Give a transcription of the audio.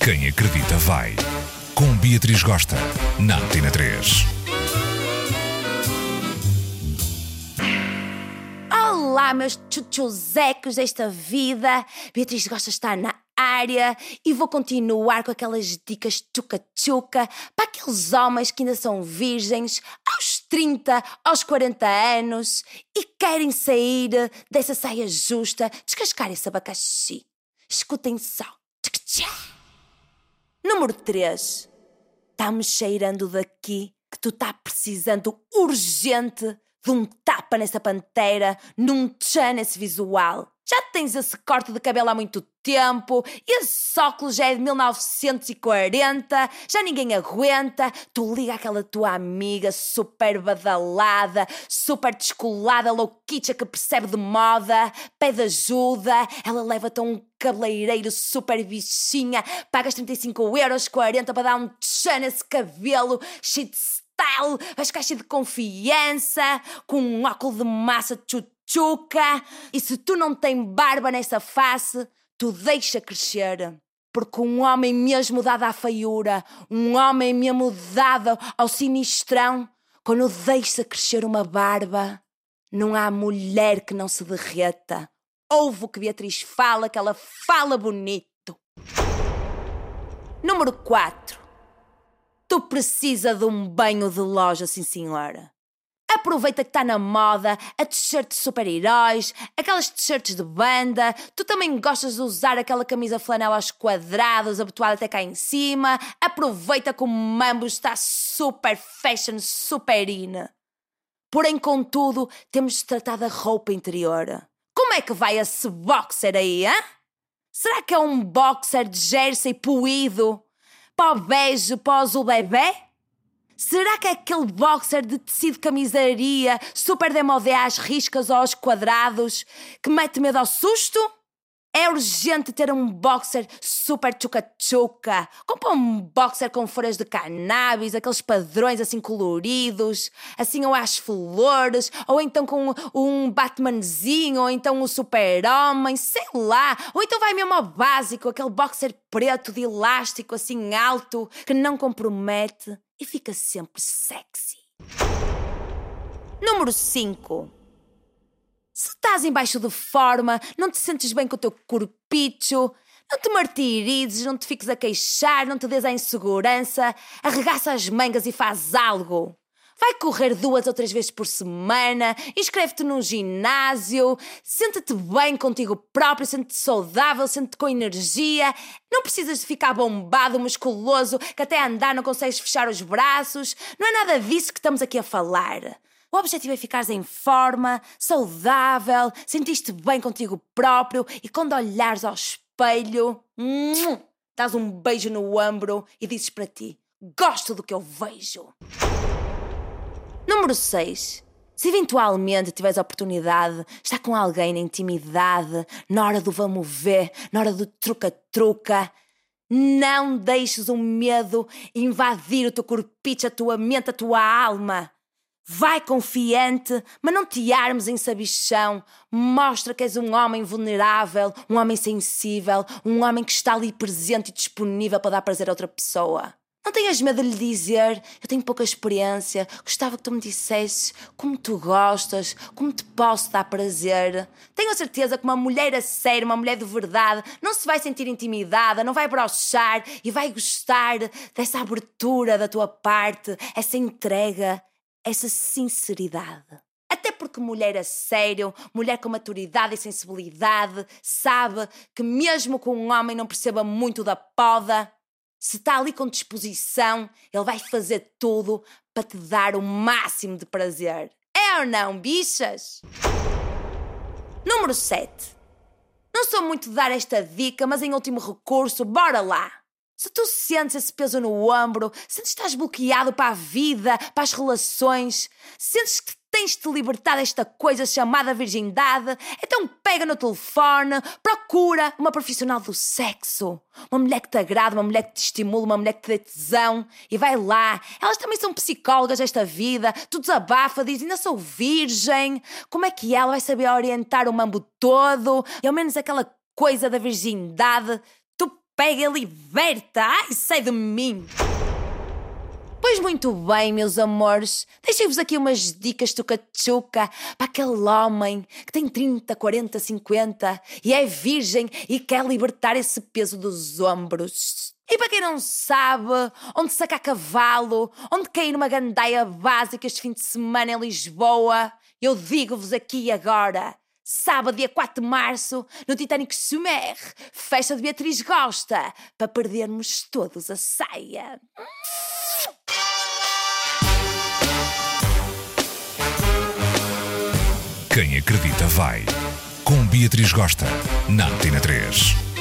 Quem acredita vai. Com Beatriz Gosta, na Antena 3. Olá, meus tchutchuzecos desta vida. Beatriz Gosta está na área e vou continuar com aquelas dicas tchuca-tchuca para aqueles homens que ainda são virgens aos 30, aos 40 anos e querem sair dessa saia justa, descascar esse abacaxi. Escutem só. Número 3. Está-me cheirando daqui que tu tá precisando urgente de um tapa nessa pantera, num tchan nesse visual. Já tens esse corte de cabelo há muito tempo, esse óculos já é de 1940, já ninguém aguenta. Tu liga aquela tua amiga super badalada, super descolada, louquicha que percebe de moda, pede ajuda, ela leva-te a um cabeleireiro super bichinha, pagas 35,40 para dar um tchan nesse cabelo cheio de style, vais ficar cheio de confiança, com um óculos de massa tchutchuca, e se tu não tens barba nessa face, tu deixa crescer. Porque um homem mesmo dado à feiura, um homem mesmo dado ao sinistrão, quando deixa crescer uma barba, não há mulher que não se derreta. Ouve o que Beatriz fala, que ela fala bonito. Número 4. Tu precisa de um banho de loja, sim senhora. Aproveita que está na moda a t-shirt de super-heróis, aquelas t-shirts de banda. Tu também gostas de usar aquela camisa flanela aos quadrados, abotoada até cá em cima. Aproveita que o mambo está super fashion, super in. Porém, contudo, temos de tratar da roupa interior. Como é que vai esse boxer aí, hein? Será que é um boxer de jersey poído? Para o beijo, para o azul bebê? Será que é aquele boxer de tecido camisaria super demodé às riscas ou aos quadrados que mete medo ao susto? É urgente ter um boxer super tchuca-tchuca. Compra um boxer com folhas de cannabis, aqueles padrões assim coloridos, assim ou às flores, ou então com um Batmanzinho, ou então um super-homem, sei lá. Ou então vai mesmo ao básico, aquele boxer preto de elástico assim alto, que não compromete e fica sempre sexy. Número 5. Se estás embaixo de forma, não te sentes bem com o teu corpicho, não te martirizes, não te fiques a queixar, não te des à insegurança, arregaça as mangas e faz algo. Vai correr 2 ou 3 vezes por semana, inscreve-te num ginásio, sente-te bem contigo próprio, sente-te saudável, sente-te com energia. Não precisas de ficar bombado, musculoso, que até andar não consegues fechar os braços. Não é nada disso que estamos aqui a falar. O objetivo é ficares em forma, saudável, sentiste bem contigo próprio e quando olhares ao espelho, dás um beijo no ombro e dizes para ti: gosto do que eu vejo. Número 6. Se eventualmente tiveres a oportunidade de estar com alguém na intimidade, na hora do vamos ver, na hora do truca-truca, não deixes o medo invadir o teu corpicho, a tua mente, a tua alma. Vai confiante, mas não te armes em sabichão. Mostra que és um homem vulnerável, um homem sensível, um homem que está ali presente e disponível para dar prazer a outra pessoa. Não tenhas medo de lhe dizer: eu tenho pouca experiência, gostava que tu me dissesses como tu gostas, como te posso dar prazer. Tenho a certeza que uma mulher a sério, uma mulher de verdade, não se vai sentir intimidada, não vai brochar e vai gostar dessa abertura da tua parte, essa entrega, essa sinceridade. Até porque mulher a sério, mulher com maturidade e sensibilidade, sabe que mesmo que um homem não perceba muito da poda, se está ali com disposição, ele vai fazer tudo para te dar o máximo de prazer. É ou não, bichas? Número 7. Não sou muito de dar esta dica, mas em último recurso, bora lá! Se tu sentes esse peso no ombro, sentes que estás bloqueado para a vida, para as relações, sentes que tens de te libertar desta coisa chamada virgindade, então pega no telefone, procura uma profissional do sexo, uma mulher que te agrada, uma mulher que te estimula, uma mulher que te dê tesão e vai lá. Elas também são psicólogas desta vida, tu desabafa, diz: ainda sou virgem, como é que ela vai saber orientar o mambo todo? E ao menos aquela coisa da virgindade, tu pega e liberta. Ai, sai de mim. Pois muito bem, meus amores, deixei-vos aqui umas dicas tuca-tchuca para aquele homem que tem 30, 40, 50 e é virgem e quer libertar esse peso dos ombros. E para quem não sabe onde sacar cavalo, onde cair uma gandaia básica este fim de semana em Lisboa, eu digo-vos aqui agora. Sábado, dia 4 de março, no Titanic Sumer, festa de Beatriz Gosta, para perdermos todos a saia. Quem acredita vai. Com Beatriz Gosta, na Antena 3.